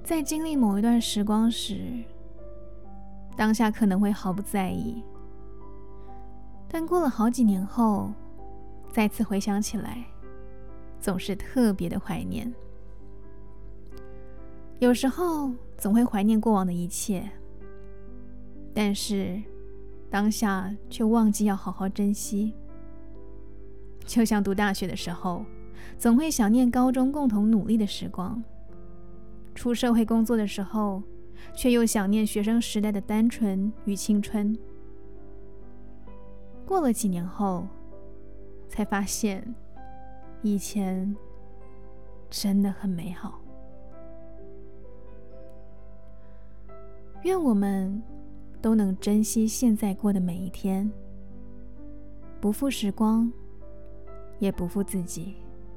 在经历某一段时光时，当下可能会毫不在意，但过了好几年后，再次回想起来，总是特别的怀念。有时候总会怀念过往的一切，但是当下却忘记要好好珍惜。就像读大学的时候，总会想念高中共同努力的时光；出社会工作的时候，却又想念学生时代的单纯与青春。过了几年后，才发现以前真的很美好。愿我们都能珍惜现在过的每一天，不负时光，也不负自己。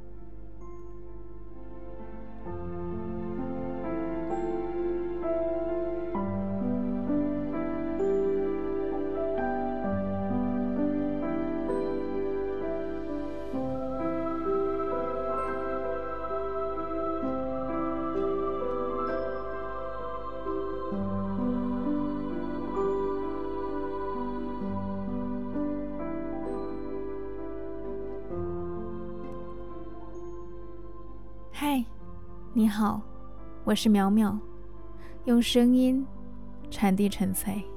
嗨，你好，我是淼淼，用声音传递纯粹。